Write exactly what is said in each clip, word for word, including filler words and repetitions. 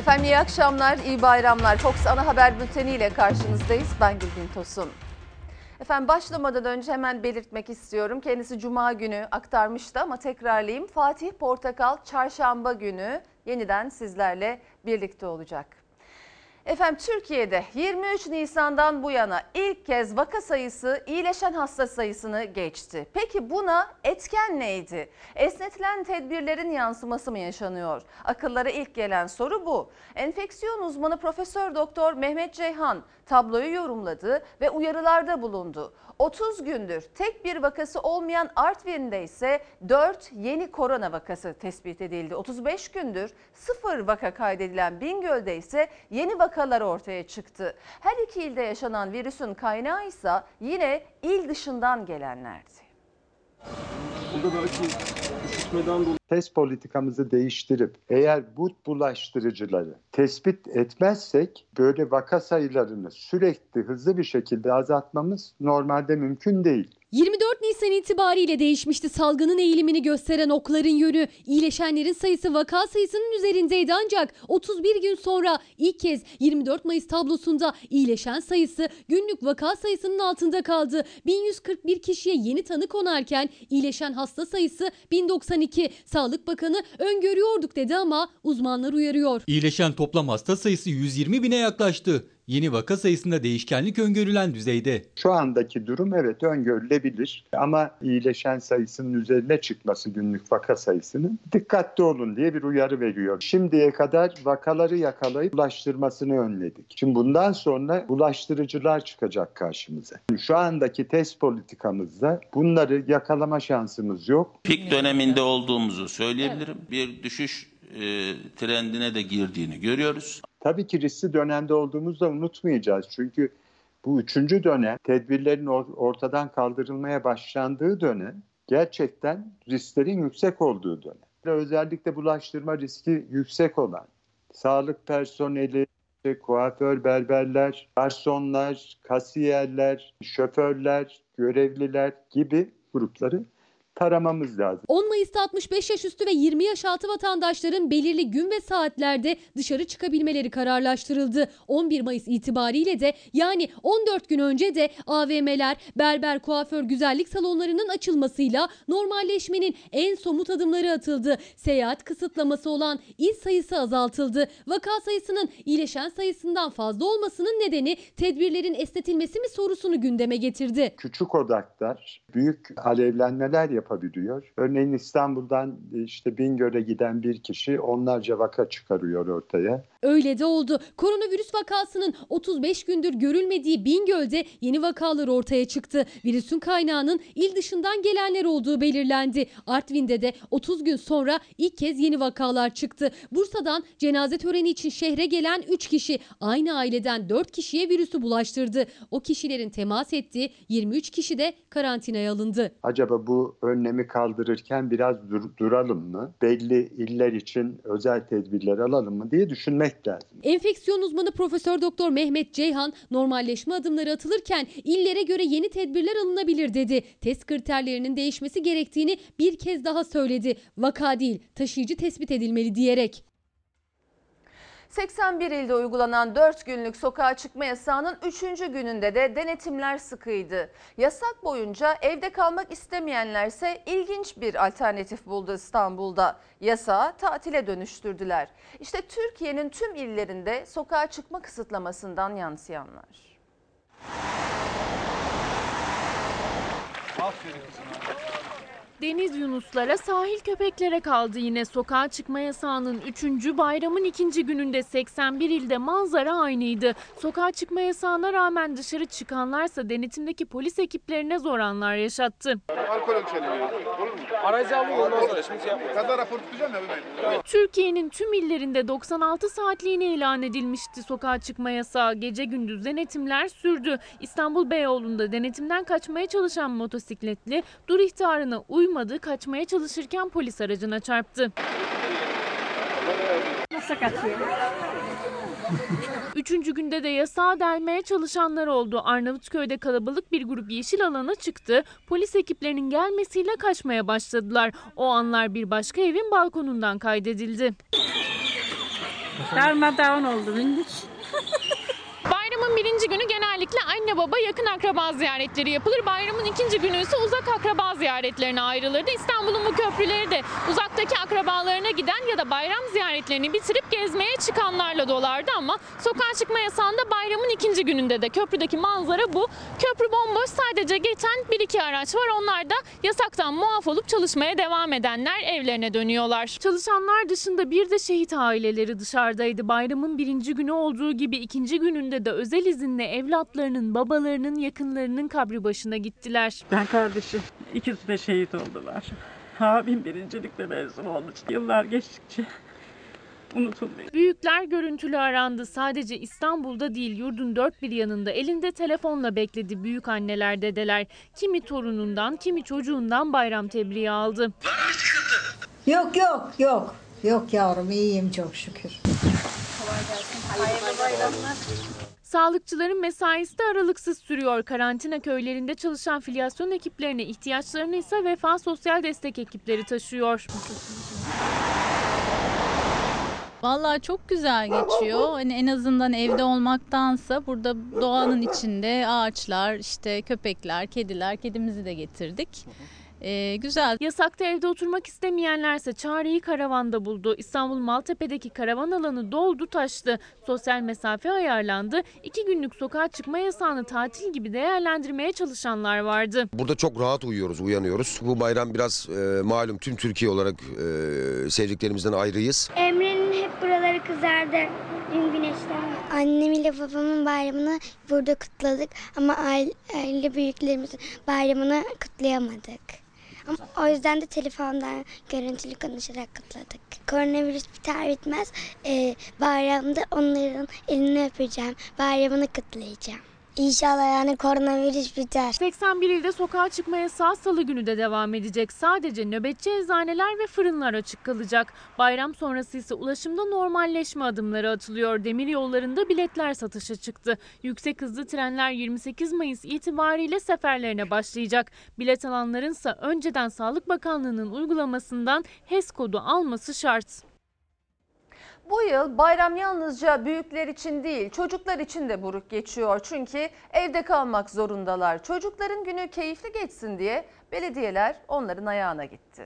Efendim iyi akşamlar, iyi bayramlar. Fox Ana Haber Bülteni ile karşınızdayız. Ben Gülbin Tosun. Efendim başlamadan önce hemen belirtmek istiyorum. Kendisi Cuma günü aktarmıştı ama tekrarlayayım. Fatih Portakal Çarşamba günü yeniden sizlerle birlikte olacak. Efendim Türkiye'de yirmi üç Nisan'dan bu yana ilk kez vaka sayısı iyileşen hasta sayısını geçti. Peki buna etken neydi? Esnetilen tedbirlerin yansıması mı yaşanıyor? Akıllara ilk gelen soru bu. Enfeksiyon uzmanı Profesör Doktor Mehmet Ceyhan tabloyu yorumladı ve uyarılarda bulundu. otuz gündür tek bir vakası olmayan Artvin'de ise dört yeni korona vakası tespit edildi. otuz beş gündür sıfır vaka kaydedilen Bingöl'de ise yeni vakalar ortaya çıktı. Her iki ilde yaşanan virüsün kaynağı ise yine il dışından gelenlerdi. Burada belki üşütmeden dolayı test politikamızı değiştirip eğer bu bulaştırıcıları tespit etmezsek böyle vaka sayılarını sürekli hızlı bir şekilde azaltmamız normalde mümkün değil. yirmi dört Nisan itibariyle değişmişti salgının eğilimini gösteren okların yönü. İyileşenlerin sayısı vaka sayısının üzerindeydi ancak otuz bir gün sonra ilk kez yirmi dört Mayıs tablosunda iyileşen sayısı günlük vaka sayısının altında kaldı. bin yüz kırk bir kişiye yeni tanı konarken iyileşen hasta sayısı bin doksan iki. Sağlık Bakanı öngörüyorduk dedi ama uzmanlar uyarıyor. İyileşen toplam hasta sayısı yüz yirmi bine yaklaştı. Yeni vaka sayısında değişkenlik öngörülen düzeyde. Şu andaki durum evet öngörülebilir ama iyileşen sayısının üzerine çıkması günlük vaka sayısının dikkatli olun diye bir uyarı veriyor. Şimdiye kadar vakaları yakalayıp bulaştırmasını önledik. Şimdi bundan sonra bulaştırıcılar çıkacak karşımıza. Şu andaki test politikamızda bunları yakalama şansımız yok. Pik döneminde olduğumuzu söyleyebilirim. Bir düşüş e, trendine de girdiğini görüyoruz. Tabii ki riskli dönemde olduğumuzu da unutmayacağız. Çünkü bu üçüncü dönem tedbirlerin ortadan kaldırılmaya başlandığı dönem gerçekten risklerin yüksek olduğu dönem. Özellikle bulaştırma riski yüksek olan sağlık personeli, kuaför, berberler, garsonlar, kasiyerler, şoförler, görevliler gibi grupları taramamız lazım. on Mayıs'ta altmış beş yaş üstü ve yirmi yaş altı vatandaşların belirli gün ve saatlerde dışarı çıkabilmeleri kararlaştırıldı. on bir Mayıs itibariyle de yani on dört gün önce de A V M'ler, berber, kuaför, güzellik salonlarının açılmasıyla normalleşmenin en somut adımları atıldı. Seyahat kısıtlaması olan il sayısı azaltıldı. Vaka sayısının iyileşen sayısından fazla olmasının nedeni tedbirlerin esnetilmesi mi sorusunu gündeme getirdi. Küçük odaklar büyük alevlenmeler yapabiliyor. Örneğin İstanbul'dan işte Bingöl'e giden bir kişi onlarca vaka çıkarıyor ortaya. Öyle de oldu. Koronavirüs vakasının otuz beş gündür görülmediği Bingöl'de yeni vakalar ortaya çıktı. Virüsün kaynağının il dışından gelenler olduğu belirlendi. Artvin'de de otuz gün sonra ilk kez yeni vakalar çıktı. Bursa'dan cenaze töreni için şehre gelen üç kişi aynı aileden dört kişiye virüsü bulaştırdı. O kişilerin temas ettiği yirmi üç kişi de karantinaya alındı. Acaba bu önlemi kaldırırken biraz dur- duralım mı? Belli iller için özel tedbirler alalım mı diye düşünmek lazım. Enfeksiyon uzmanı Profesör Doktor Mehmet Ceyhan normalleşme adımları atılırken illere göre yeni tedbirler alınabilir dedi. Test kriterlerinin değişmesi gerektiğini bir kez daha söyledi. Vaka değil, taşıyıcı tespit edilmeli diyerek. seksen bir ilde uygulanan dört günlük sokağa çıkma yasağının üçüncü gününde de denetimler sıkıydı. Yasak boyunca evde kalmak istemeyenlerse ilginç bir alternatif buldu İstanbul'da. Yasağı tatile dönüştürdüler. İşte Türkiye'nin tüm illerinde sokağa çıkma kısıtlamasından yansıyanlar. aferin kızım. Deniz yunuslara, sahil köpeklere kaldı yine. Sokağa çıkma yasağının üçüncü bayramın ikinci gününde seksen bir ilde manzara aynıydı. Sokağa çıkma yasağına rağmen dışarı çıkanlarsa denetimdeki polis ekiplerine zor anlar yaşattı. Alkol ölçelim. Aracı alıyor ondan sonra şimdi şey yapmayın. Kaza rapor tutacağım ya bebeğim. Türkiye'nin tüm illerinde doksan altı saatliğine ilan edilmişti sokağa çıkma yasağı. Gece gündüz denetimler sürdü. İstanbul Beyoğlu'nda denetimden kaçmaya çalışan motosikletli dur ihtarına uymadı. Kaçmaya çalışırken polis aracına çarptı. Nasıl kaçıyor? Üçüncü günde de yasağı delmeye çalışanlar oldu. Arnavutköy'de kalabalık bir grup yeşil alana çıktı. Polis ekiplerinin gelmesiyle kaçmaya başladılar. O anlar bir başka evin balkonundan kaydedildi. Darmadağın oldu bindik. Bayramın birinci günü genellikle anne baba yakın akraba ziyaretleri yapılır. Bayramın ikinci günü ise uzak akraba ziyaretlerine ayrılırdı. İstanbul'un bu köprüleri de uzaktaki akrabalarına giden ya da bayram ziyaretlerini bitirip gezmeye çıkanlarla dolardı ama sokağa çıkma yasağında bayramın ikinci gününde de köprüdeki manzara bu. Köprü bomboş, sadece geçen bir iki araç var. Onlar da yasaktan muaf olup çalışmaya devam edenler evlerine dönüyorlar. Çalışanlar dışında bir de şehit aileleri dışarıdaydı. Bayramın birinci günü olduğu gibi ikinci gününde de özel izinle evlatlarının, babalarının, yakınlarının kabri başına gittiler. Ben kardeşim. İkisi de şehit oldular. Abim birincilikle mezun olmuş. Yıllar geçtikçe unutulmuyor. Büyükler görüntülü arandı. Sadece İstanbul'da değil, yurdun dört bir yanında elinde telefonla bekledi büyük anneler, dedeler. Kimi torunundan, kimi çocuğundan bayram tebriği aldı. Yok yok yok. Yok yavrum, iyiyim çok şükür. Hayırlı bayramlar. Sağlıkçıların mesaisi de aralıksız sürüyor. Karantina köylerinde çalışan filyasyon ekiplerine ihtiyaçlarını ise Vefa Sosyal Destek ekipleri taşıyor. Vallahi çok güzel geçiyor. Hani en azından evde olmaktansa burada doğanın içinde ağaçlar, işte köpekler, kediler, kedimizi de getirdik. Ee, güzel. Yasakta evde oturmak istemeyenlerse çareyi karavanda buldu. İstanbul Maltepe'deki karavan alanı doldu taştı. Sosyal mesafe ayarlandı. İki günlük sokağa çıkma yasağını tatil gibi değerlendirmeye çalışanlar vardı. Burada çok rahat uyuyoruz, uyanıyoruz. Bu bayram biraz e, malum tüm Türkiye olarak e, sevdiklerimizden ayrıyız. Emre'nin hep buraları kızardı dün güneşten. Annem ile babamın bayramını burada kutladık ama aile büyüklerimizin bayramını kutlayamadık. Ama o yüzden de telefondan görüntülü konuşarak kutladık. Koronavirüs biter bitmez e, bayramda onların elini öpeceğim, bayramını kutlayacağım. İnşallah yani koronavirüs biter. seksen bir ilde sokağa çıkma yasağı salı günü de devam edecek. Sadece nöbetçi eczaneler ve fırınlar açık kalacak. Bayram sonrası ise ulaşımda normalleşme adımları atılıyor. Demir yollarında biletler satışa çıktı. Yüksek hızlı trenler yirmi sekiz Mayıs itibariyle seferlerine başlayacak. Bilet alanların ise önceden Sağlık Bakanlığı'nın uygulamasından H E S kodu alması şart. Bu yıl bayram yalnızca büyükler için değil, çocuklar için de buruk geçiyor. Çünkü evde kalmak zorundalar. Çocukların günü keyifli geçsin diye belediyeler onların ayağına gitti.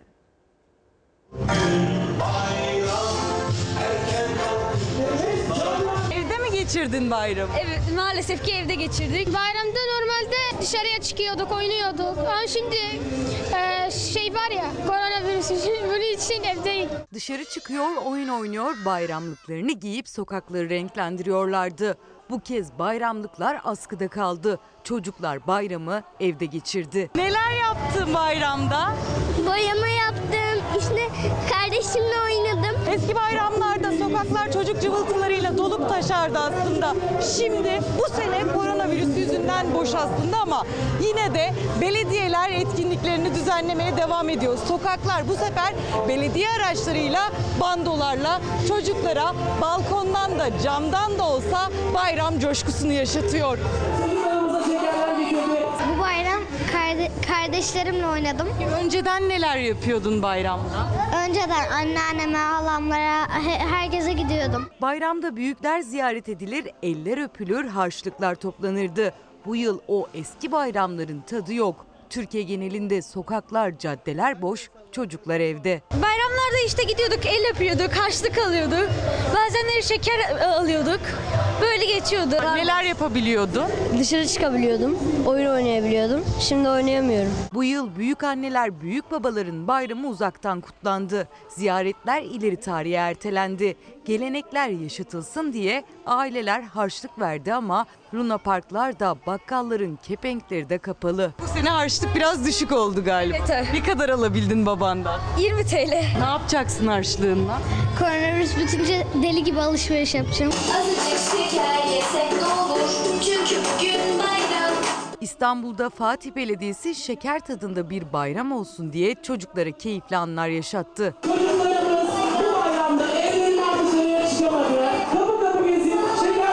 Evde mi geçirdin bayramı? Evet, maalesef ki evde geçirdik. Bayramda normalde dışarıya çıkıyorduk, oynuyorduk. Ama şimdi e, şey var ya, koronavirüs için, bunun için evdeyim. Dışarı çıkıyor, oyun oynuyor, bayramlıklarını giyip sokakları renklendiriyorlardı. Bu kez bayramlıklar askıda kaldı. Çocuklar bayramı evde geçirdi. Neler yaptın bayramda? Boyama yaptım, işte kardeşimle oynadım. Eski bayramlarda sokaklar çocuk cıvıltılarıyla dolup taşardı aslında. Şimdi bu sene koronavirüs yüzünden boş aslında ama yine de belediyeler etkinliklerini düzenlemeye devam ediyor. Sokaklar bu sefer belediye araçlarıyla, bandolarla çocuklara balkondan da camdan da olsa bayram coşkusunu yaşatıyor. Bu bayram kardeşlerimle oynadım. Önceden neler yapıyordun bayramda? Önceden anneanneme, halamlara, herkese gidiyordum. Bayramda büyükler ziyaret edilir, eller öpülür, harçlıklar toplanırdı. Bu yıl o eski bayramların tadı yok. Türkiye genelinde sokaklar, caddeler boş, çocuklar evde. Bayramlarda işte gidiyorduk, el öpüyorduk, harçlık alıyorduk. Bazenleri şeker alıyorduk. Böyle geçiyordu. Neler yapabiliyordun? Dışarı çıkabiliyordum, oyun oynayabiliyordum. Şimdi oynayamıyorum. Bu yıl büyük anneler, büyük babaların bayramı uzaktan kutlandı. Ziyaretler ileri tarihe ertelendi. Gelenekler yaşatılsın diye aileler harçlık verdi ama Luna Parklar bakkalların kepenkleri de kapalı. Bu sene harçlık biraz düşük oldu galiba. Evet. Ne kadar alabildin babandan? yirmi TL. Ne yapacaksın harçlığınla? Koronavirüs bitince deli gibi alışveriş yapacağım. Azıcık şeker yesek ne olur çünkü bugün bayram. İstanbul'da Fatih Belediyesi şeker tadında bir bayram olsun diye çocuklara keyifli anlar yaşattı.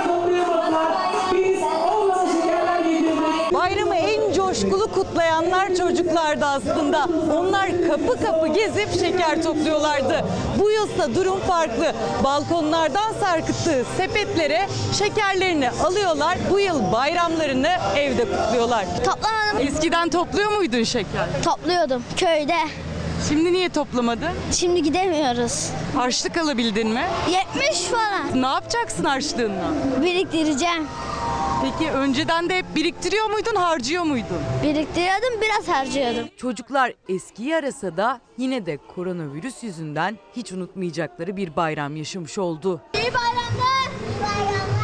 Bayramı en coşkulu kutlayanlar diğer çocuklar da aslında. Onlar kapı kapı gezip şeker topluyorlardı. Bu yılsa durum farklı. Balkonlardan sarkıttığı sepetlere şekerlerini alıyorlar. Bu yıl bayramlarını evde kutluyorlar. Toplamadım. Eskiden topluyor muydun şeker? Topluyordum köyde. Şimdi niye toplamadın? Şimdi gidemiyoruz. Harçlık alabildin mi? yetmiş falan. Ne yapacaksın harçlığınla? Biriktireceğim. Peki önceden de hep biriktiriyor muydun, harcıyor muydun? Biriktiriyordum, biraz harcıyordum. Çocuklar eskiyi arasa da yine de koronavirüs yüzünden hiç unutmayacakları bir bayram yaşamış oldu. İyi bayramlar. İyi bayramlar.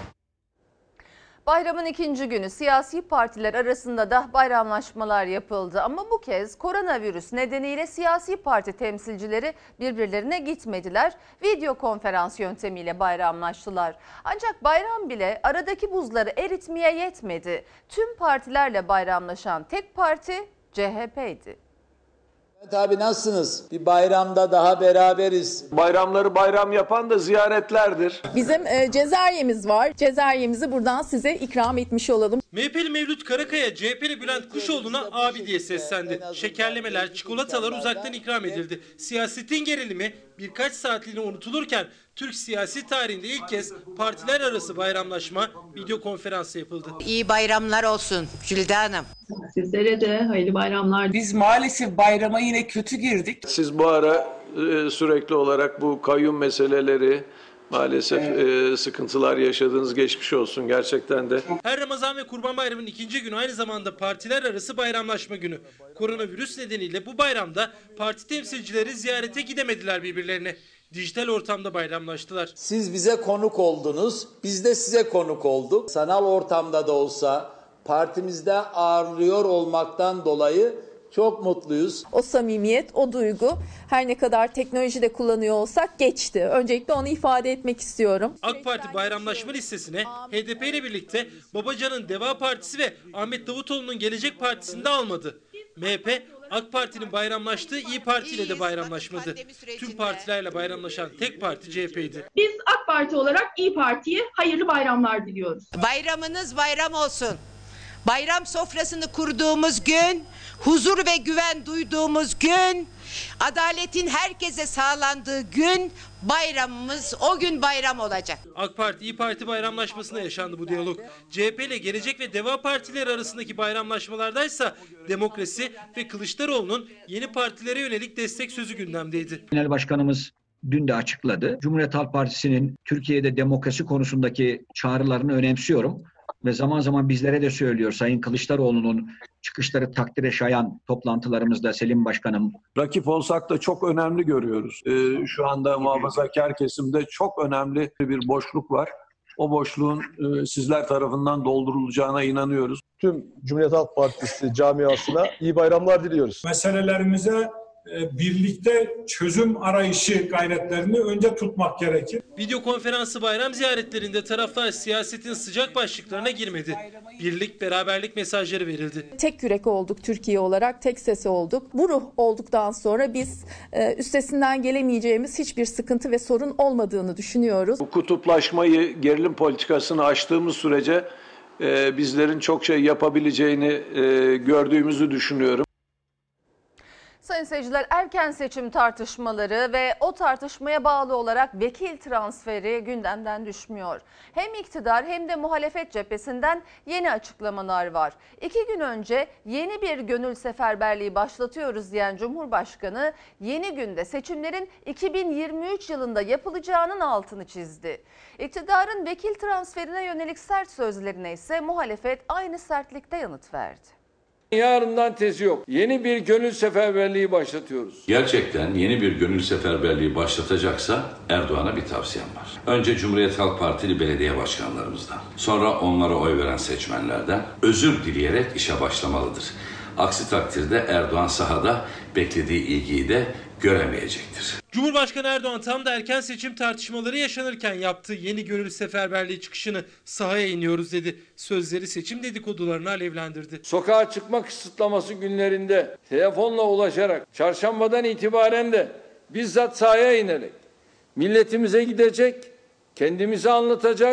Bayramın ikinci günü siyasi partiler arasında da bayramlaşmalar yapıldı. Ama bu kez koronavirüs nedeniyle siyasi parti temsilcileri birbirlerine gitmediler. Video konferans yöntemiyle bayramlaştılar. Ancak bayram bile aradaki buzları eritmeye yetmedi. Tüm partilerle bayramlaşan tek parti C H P'ydi. Abi nasılsınız? Bir bayramda daha beraberiz. Bayramları bayram yapan da ziyaretlerdir. Bizim e, cezeryemiz var. Cezeryemizi buradan size ikram etmiş olalım. M H P'li Mevlüt Karakaya, C H P'li Bülent Kuşoğlu'na abi diye seslendi. Şekerlemeler, çikolatalar uzaktan ikram edildi. Siyasetin gerilimi birkaç saatliğine unutulurken Türk siyasi tarihinde ilk kez partiler arası bayramlaşma video konferansı yapıldı. İyi bayramlar olsun Jülide Hanım. Sizlere de hayırlı bayramlar. Biz maalesef bayrama yine kötü girdik. Siz bu ara e, sürekli olarak bu kayyum meseleleri maalesef e, sıkıntılar yaşadığınız geçmiş olsun gerçekten de. Her Ramazan ve Kurban Bayramı'nın ikinci günü aynı zamanda partiler arası bayramlaşma günü. Koronavirüs nedeniyle bu bayramda parti temsilcileri ziyarete gidemediler birbirlerine. Dijital ortamda bayramlaştılar. Siz bize konuk oldunuz, biz de size konuk olduk. Sanal ortamda da olsa partimizde ağırlıyor olmaktan dolayı çok mutluyuz. O samimiyet, o duygu her ne kadar teknolojide kullanıyor olsak geçti. Öncelikle onu ifade etmek istiyorum. AK Parti bayramlaşma listesine H D P ile birlikte Babacan'ın Deva Partisi ve Ahmet Davutoğlu'nun Gelecek Partisi'ni de almadı. M H P, AK Parti'nin bayramlaştığı İyi Parti ile de bayramlaşmadı. Tüm partilerle bayramlaşan tek parti C H P'ydi. Biz AK Parti olarak İyi Parti'ye hayırlı bayramlar diliyoruz. Bayramınız bayram olsun. Bayram sofrasını kurduğumuz gün, huzur ve güven duyduğumuz gün, adaletin herkese sağlandığı gün bayramımız o gün bayram olacak. AK Parti İyi Parti bayramlaşmasında yaşandı bu diyalog. C H P ile Gelecek ve Deva Partileri arasındaki bayramlaşmalardaysa Demokrasi ve Kılıçdaroğlu'nun yeni partilere yönelik destek sözü gündemdeydi. Genel Başkanımız dün de açıkladı. Cumhuriyet Halk Partisi'nin Türkiye'de demokrasi konusundaki çağrılarını önemsiyorum. Ve zaman zaman bizlere de söylüyor Sayın Kılıçdaroğlu'nun çıkışları takdire şayan toplantılarımızda Selim Başkanım. Rakip olsak da çok önemli görüyoruz. Ee, şu anda muhafazakar kesimde çok önemli bir boşluk var. O boşluğun e, sizler tarafından doldurulacağına inanıyoruz. Tüm Cumhuriyet Halk Partisi camiasına iyi bayramlar diliyoruz. Meselelerimize birlikte çözüm arayışı gayretlerini önce tutmak gerekir. Video konferansı bayram ziyaretlerinde taraflar siyasetin sıcak başlıklarına girmedi. Birlik, beraberlik mesajları verildi. Tek yürek olduk Türkiye olarak, tek sesi olduk. Bu ruh olduktan sonra biz e, üstesinden gelemeyeceğimiz hiçbir sıkıntı ve sorun olmadığını düşünüyoruz. Bu kutuplaşmayı, gerilim politikasını aştığımız sürece e, bizlerin çok şey yapabileceğini e, gördüğümüzü düşünüyorum. Sayın seyirciler, erken seçim tartışmaları ve o tartışmaya bağlı olarak vekil transferi gündemden düşmüyor. Hem iktidar hem de muhalefet cephesinden yeni açıklamalar var. İki gün önce yeni bir gönül seferberliği başlatıyoruz diyen Cumhurbaşkanı yeni günde seçimlerin iki bin yirmi üç yılında yapılacağının altını çizdi. İktidarın vekil transferine yönelik sert sözlerine ise muhalefet aynı sertlikte yanıt verdi. Yarından tezi yok. Yeni bir gönül seferberliği başlatıyoruz. Gerçekten yeni bir gönül seferberliği başlatacaksa Erdoğan'a bir tavsiyem var. Önce Cumhuriyet Halk Partili belediye başkanlarımızdan, sonra onlara oy veren seçmenlerden özür dileyerek işe başlamalıdır. Aksi takdirde Erdoğan sahada beklediği ilgiyi de göremeyecektir. Cumhurbaşkanı Erdoğan tam da erken seçim tartışmaları yaşanırken yaptığı yeni gönül seferberliği çıkışını sahaya iniyoruz dedi. Sözleri seçim dedikodularını alevlendirdi. Sokağa çıkma kısıtlaması günlerinde telefonla ulaşarak çarşambadan itibaren de bizzat sahaya inerek milletimize gidecek, kendimizi anlatacak,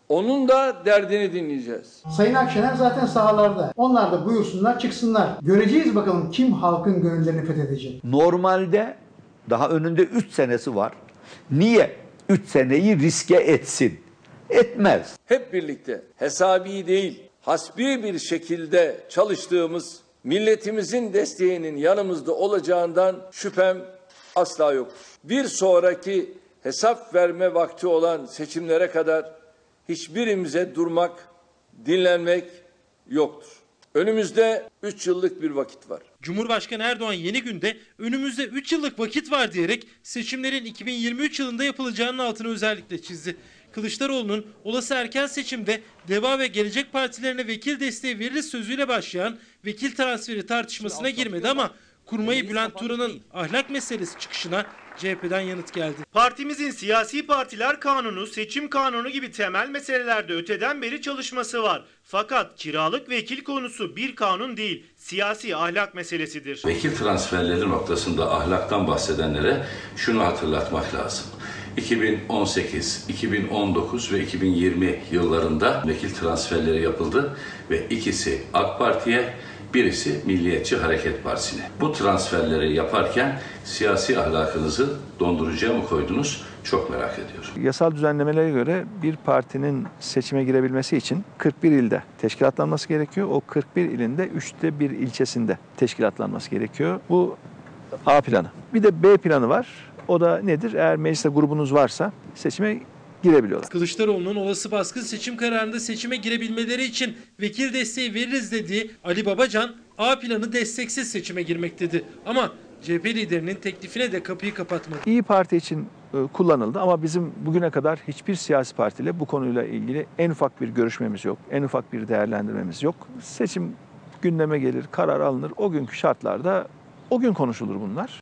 Onun da derdini dinleyeceğiz. Sayın Akşener zaten sahalarda. Onlar da buyursunlar, çıksınlar. Göreceğiz bakalım kim halkın gönüllerini fethedecek. Normalde daha önünde üç senesi var. Niye üç seneyi riske etsin? Etmez. Hep birlikte hesabi değil, hasbi bir şekilde çalıştığımız, milletimizin desteğinin yanımızda olacağından şüphem asla yoktur. Bir sonraki hesap verme vakti olan seçimlere kadar hiçbirimize durmak, dinlenmek yoktur. Önümüzde üç yıllık bir vakit var. Cumhurbaşkanı Erdoğan Yeni Gün'de önümüzde üç yıllık vakit var diyerek seçimlerin iki bin yirmi üç yılında yapılacağının altını özellikle çizdi. Kılıçdaroğlu'nun olası erken seçimde Deva ve Gelecek Partilerine vekil desteği verir sözüyle başlayan vekil transferi tartışmasına girmedi ama kurmayı Bülent Turan'ın ahlak meselesi çıkışına C H P'den yanıt geldi. Partimizin siyasi partiler kanunu, seçim kanunu gibi temel meselelerde öteden beri çalışması var. Fakat kiralık vekil konusu bir kanun değil, siyasi ahlak meselesidir. Vekil transferleri noktasında ahlaktan bahsedenlere şunu hatırlatmak lazım. iki bin on sekiz, iki bin on dokuz ve iki bin yirmi yıllarında vekil transferleri yapıldı ve ikisi AK Parti'ye, birisi Milliyetçi Hareket Partisi'ne. Bu transferleri yaparken siyasi ahlakınızı dondurucuya mı koydunuz? Çok merak ediyorum. Yasal düzenlemelere göre bir partinin seçime girebilmesi için kırk bir ilde teşkilatlanması gerekiyor. O kırk bir ilinde üçte bir ilçesinde teşkilatlanması gerekiyor. Bu A planı. Bir de B planı var. O da nedir? Eğer mecliste grubunuz varsa seçime girebiliyorlar. Kılıçdaroğlu'nun olası baskın seçim kararında seçime girebilmeleri için vekil desteği veririz dediği Ali Babacan, A planı desteksiz seçime girmek dedi. Ama C H P liderinin teklifine de kapıyı kapatmadı. İyi Parti için kullanıldı ama bizim bugüne kadar hiçbir siyasi partiyle bu konuyla ilgili en ufak bir görüşmemiz yok. En ufak bir değerlendirmemiz yok. Seçim gündeme gelir, karar alınır. O günkü şartlarda o gün konuşulur bunlar.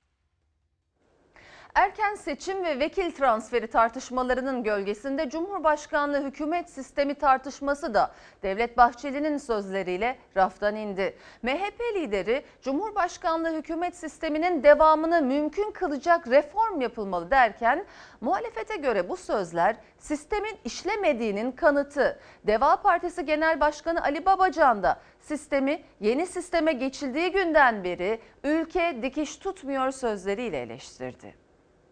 Erken seçim ve vekil transferi tartışmalarının gölgesinde Cumhurbaşkanlığı hükümet sistemi tartışması da Devlet Bahçeli'nin sözleriyle raftan indi. M H P lideri Cumhurbaşkanlığı hükümet sisteminin devamını mümkün kılacak reform yapılmalı derken muhalefete göre bu sözler sistemin işlemediğinin kanıtı. Deva Partisi Genel Başkanı Ali Babacan da sistemi yeni sisteme geçildiği günden beri ülke dikiş tutmuyor sözleriyle eleştirdi.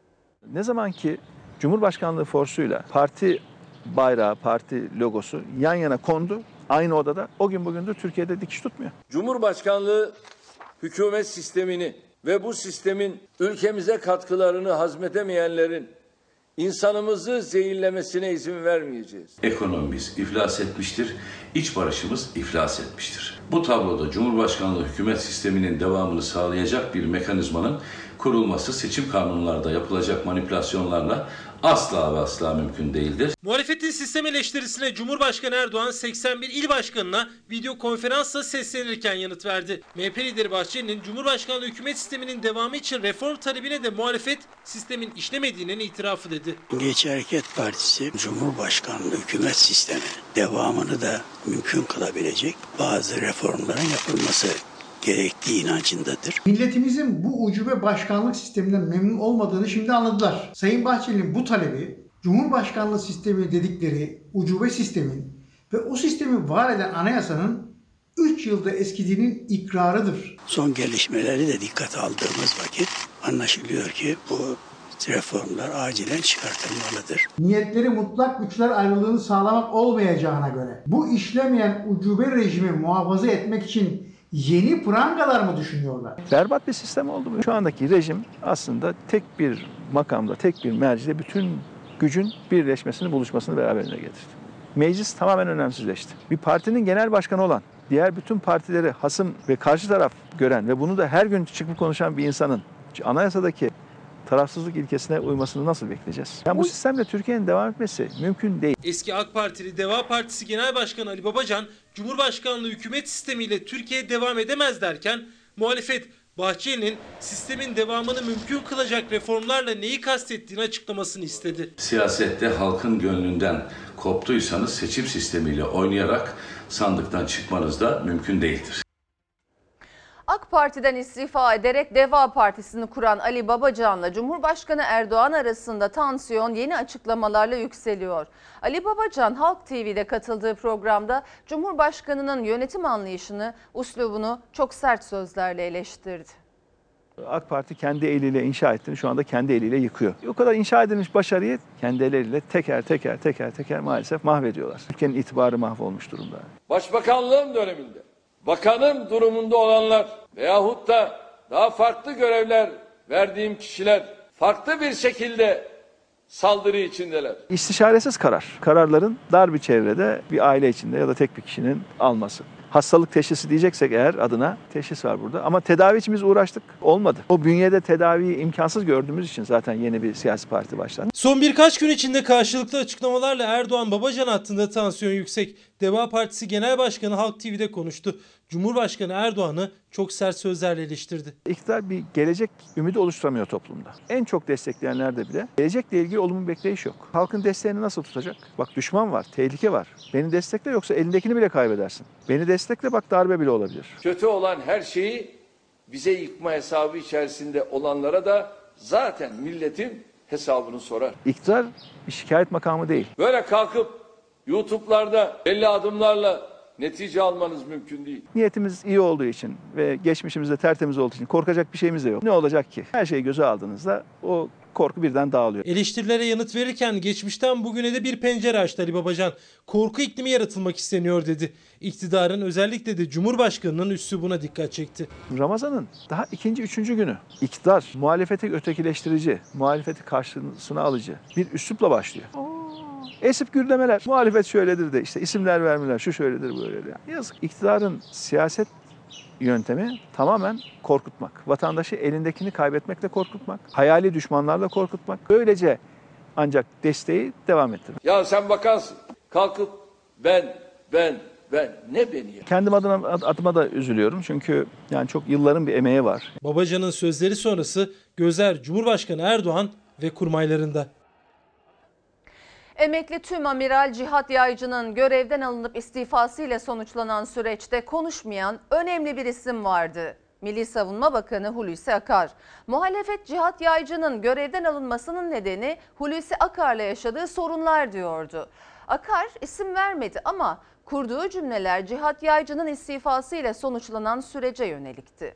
Ne zaman ki Cumhurbaşkanlığı forsuyla parti bayrağı, parti logosu yan yana kondu aynı odada, o gün bugündür Türkiye'de dikiş tutmuyor. Cumhurbaşkanlığı hükümet sistemini ve bu sistemin ülkemize katkılarını hazmedemeyenlerin insanımızı zehirlemesine izin vermeyeceğiz. Ekonomimiz iflas etmiştir, iç barışımız iflas etmiştir. Bu tabloda Cumhurbaşkanlığı hükümet sisteminin devamını sağlayacak bir mekanizmanın kurulması seçim kanunlarda yapılacak manipülasyonlarla asla ve asla mümkün değildir. Muhalefetin sistem eleştirisine Cumhurbaşkanı Erdoğan seksen bir il başkanına video konferansla seslenirken yanıt verdi. M H P lideri Bahçeli'nin Cumhurbaşkanlığı hükümet sisteminin devamı için reform talebine de muhalefet sistemin işlemediğinin itirafı dedi. Milliyetçi Hareket Partisi Cumhurbaşkanlığı hükümet sistemi devamını da mümkün kılabilecek bazı reformların yapılması gerektiği inancındadır. Milletimizin bu ucube başkanlık sisteminden memnun olmadığını şimdi anladılar. Sayın Bahçeli'nin bu talebi Cumhurbaşkanlığı sistemi dedikleri ucube sistemin ve o sistemi var eden anayasanın üç yılda eskidiğinin ikrarıdır. Son gelişmeleri de dikkate aldığımız vakit anlaşılıyor ki bu reformlar acilen çıkartılmalıdır. Niyetleri mutlak güçler ayrılığını sağlamak olmayacağına göre bu işlemeyen ucube rejimi muhafaza etmek için yeni prangalar mı düşünüyorlar? Berbat bir sistem oldu bu. Şu andaki rejim aslında tek bir makamda, tek bir mercide bütün gücün birleşmesini, buluşmasını beraberinde getirdi. Meclis tamamen önemsizleşti. Bir partinin genel başkanı olan, diğer bütün partileri hasım ve karşı taraf gören ve bunu da her gün çıkıp konuşan bir insanın anayasadaki tarafsızlık ilkesine uymasını nasıl bekleyeceğiz? Yani bu sistemle Türkiye'nin devam etmesi mümkün değil. Eski AK Partili Deva Partisi Genel Başkanı Ali Babacan, Cumhurbaşkanlığı hükümet sistemiyle Türkiye devam edemez derken muhalefet Bahçeli'nin sistemin devamını mümkün kılacak reformlarla neyi kastettiğini açıklamasını istedi. Siyasette halkın gönlünden koptuysanız seçim sistemiyle oynayarak sandıktan çıkmanız da mümkün değildir. AK Parti'den istifa ederek Deva Partisi'ni kuran Ali Babacan'la Cumhurbaşkanı Erdoğan arasında tansiyon yeni açıklamalarla yükseliyor. Ali Babacan Halk T V'de katıldığı programda Cumhurbaşkanı'nın yönetim anlayışını, üslubunu çok sert sözlerle eleştirdi. AK Parti kendi eliyle inşa ettiğini şu anda kendi eliyle yıkıyor. O kadar inşa edilmiş başarıyı kendi elleriyle teker teker teker teker maalesef mahvediyorlar. Ülkenin itibarı mahvolmuş durumda. Başbakanlığım döneminde bakanım durumunda olanlar veyahut da daha farklı görevler verdiğim kişiler farklı bir şekilde saldırı içindeler. İstişaresiz karar. Kararların dar bir çevrede bir aile içinde ya da tek bir kişinin alması. Hastalık teşhisi diyeceksek eğer adına teşhis var burada. Ama tedavi için biz uğraştık. Olmadı. O bünyede tedaviyi imkansız gördüğümüz için zaten yeni bir siyasi parti başlattı. Son birkaç gün içinde karşılıklı açıklamalarla Erdoğan Babacan hattında tansiyon yüksek. Deva Partisi Genel Başkanı Halk T V'de konuştu. Cumhurbaşkanı Erdoğan'ı çok sert sözlerle eleştirdi. İktidar bir gelecek ümidi oluşturamıyor toplumda. En çok destekleyenlerde bile gelecekle ilgili olumlu bekleyiş yok. Halkın desteğini nasıl tutacak? Bak düşman var, tehlike var. Beni destekle yoksa elindekini bile kaybedersin. Beni destekle bak darbe bile olabilir. Kötü olan her şeyi bize yıkma hesabı içerisinde olanlara da zaten milletin hesabını sorar. İktidar bir şikayet makamı değil. Böyle kalkıp YouTube'larda belli adımlarla netice almanız mümkün değil. Niyetimiz iyi olduğu için ve geçmişimizde tertemiz olduğu için korkacak bir şeyimiz de yok. Ne olacak ki? Her şeyi göze aldığınızda o korku birden dağılıyor. Eleştirilere yanıt verirken geçmişten bugüne de bir pencere açtı Ali Babacan. Korku iklimi yaratılmak isteniyor dedi. İktidarın özellikle de Cumhurbaşkanı'nın üslubuna dikkat çekti. Ramazan'ın daha ikinci, üçüncü günü iktidar muhalefeti ötekileştirici, muhalefeti karşısına alıcı bir üslupla başlıyor. Esip gürlemeler, muhalefet şöyledir de işte isimler vermeler, şu şöyledir böyledir. Yazık. İktidarın siyaset yöntemi tamamen korkutmak. Vatandaşı elindekini kaybetmekle korkutmak, hayali düşmanlarla korkutmak. Böylece ancak desteği devam ettirmek. Ya sen bakarsın, kalkıp ben, ben, ben, ne beni ya? Kendim adına, adıma da üzülüyorum çünkü yani çok yılların bir emeği var. Babacan'ın sözleri sonrası gözler Cumhurbaşkanı Erdoğan ve kurmaylarında. Emekli Tümamiral Cihat Yaycı'nın görevden alınıp istifasıyla sonuçlanan süreçte konuşmayan önemli bir isim vardı. Milli Savunma Bakanı Hulusi Akar. Muhalefet Cihat Yaycı'nın görevden alınmasının nedeni Hulusi Akar'la yaşadığı sorunlar diyordu. Akar isim vermedi ama kurduğu cümleler Cihat Yaycı'nın istifasıyla sonuçlanan sürece yönelikti.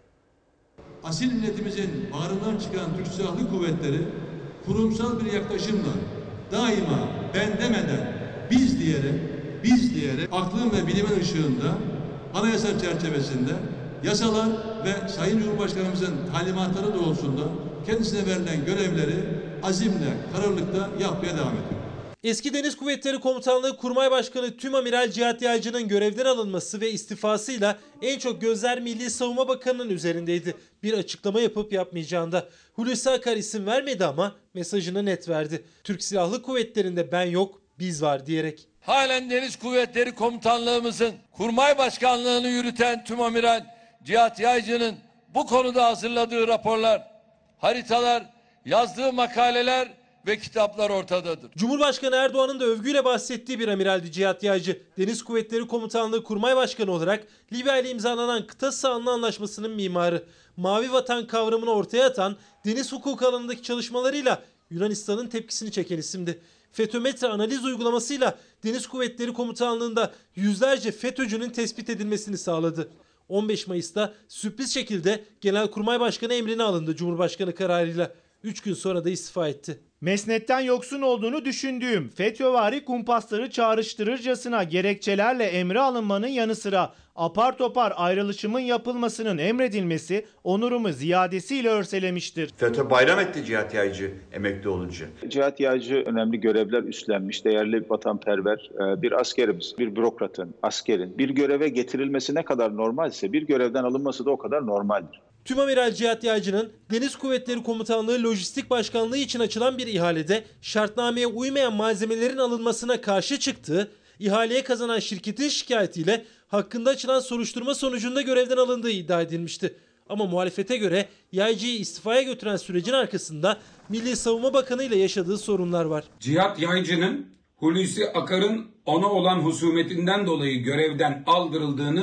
Asil milletimizin bağrından çıkan Türk Silahlı Kuvvetleri kurumsal bir yaklaşımla daima ben demeden biz diyerek, biz diyerek aklın ve bilimin ışığında anayasa çerçevesinde yasalar ve Sayın Cumhurbaşkanımızın talimatları doğrultusunda kendisine verilen görevleri azimle, kararlılıkla yapmaya devam ediyor. Eski Deniz Kuvvetleri Komutanlığı Kurmay Başkanı Tümamiral Cihat Yaycı'nın görevden alınması ve istifasıyla en çok gözler Milli Savunma Bakanı'nın üzerindeydi. Bir açıklama yapıp yapmayacağında. Hulusi Akar isim vermedi ama mesajını net verdi. Türk Silahlı Kuvvetleri'nde ben yok, biz var diyerek. Halen Deniz Kuvvetleri Komutanlığımızın Kurmay Başkanlığını yürüten Tümamiral Cihat Yaycı'nın bu konuda hazırladığı raporlar, haritalar, yazdığı makaleler ve kitaplar ortadadır. Cumhurbaşkanı Erdoğan'ın da övgüyle bahsettiği bir amiraldi Cihat Yaycı. Deniz Kuvvetleri Komutanlığı Kurmay Başkanı olarak Libya ile imzalanan kıta sahanlığı anlaşmasının mimarı. Mavi vatan kavramını ortaya atan deniz hukuku alanındaki çalışmalarıyla Yunanistan'ın tepkisini çeken isimdi. FETÖ-METRE analiz uygulamasıyla Deniz Kuvvetleri Komutanlığı'nda yüzlerce FETÖ'cünün tespit edilmesini sağladı. on beş Mayıs'ta sürpriz şekilde Genelkurmay Başkanı emrine alındı Cumhurbaşkanı kararıyla. üç gün sonra da istifa etti. Mesnetten yoksun olduğunu düşündüğüm FETÖ'vari kumpasları çağrıştırırcasına gerekçelerle emre alınmanın yanı sıra apar topar ayrılışımın yapılmasının emredilmesi onurumu ziyadesiyle örselemiştir. FETÖ bayram etti Cihat Yaycı emekli olunca. Cihat Yaycı önemli görevler üstlenmiş, değerli vatanperver bir askerimiz, bir bürokratın, askerin bir göreve getirilmesi ne kadar normalse bir görevden alınması da o kadar normaldir. Tümamiral Cihat Yaycı'nın Deniz Kuvvetleri Komutanlığı Lojistik Başkanlığı için açılan bir ihalede şartnameye uymayan malzemelerin alınmasına karşı çıktığı, ihaleye kazanan şirketin şikayetiyle hakkında açılan soruşturma sonucunda görevden alındığı iddia edilmişti. Ama muhalefete göre Yaycı'yı istifaya götüren sürecin arkasında Milli Savunma Bakanı ile yaşadığı sorunlar var. Cihat Yaycı'nın Hulusi Akar'ın ona olan husumetinden dolayı görevden aldırıldığını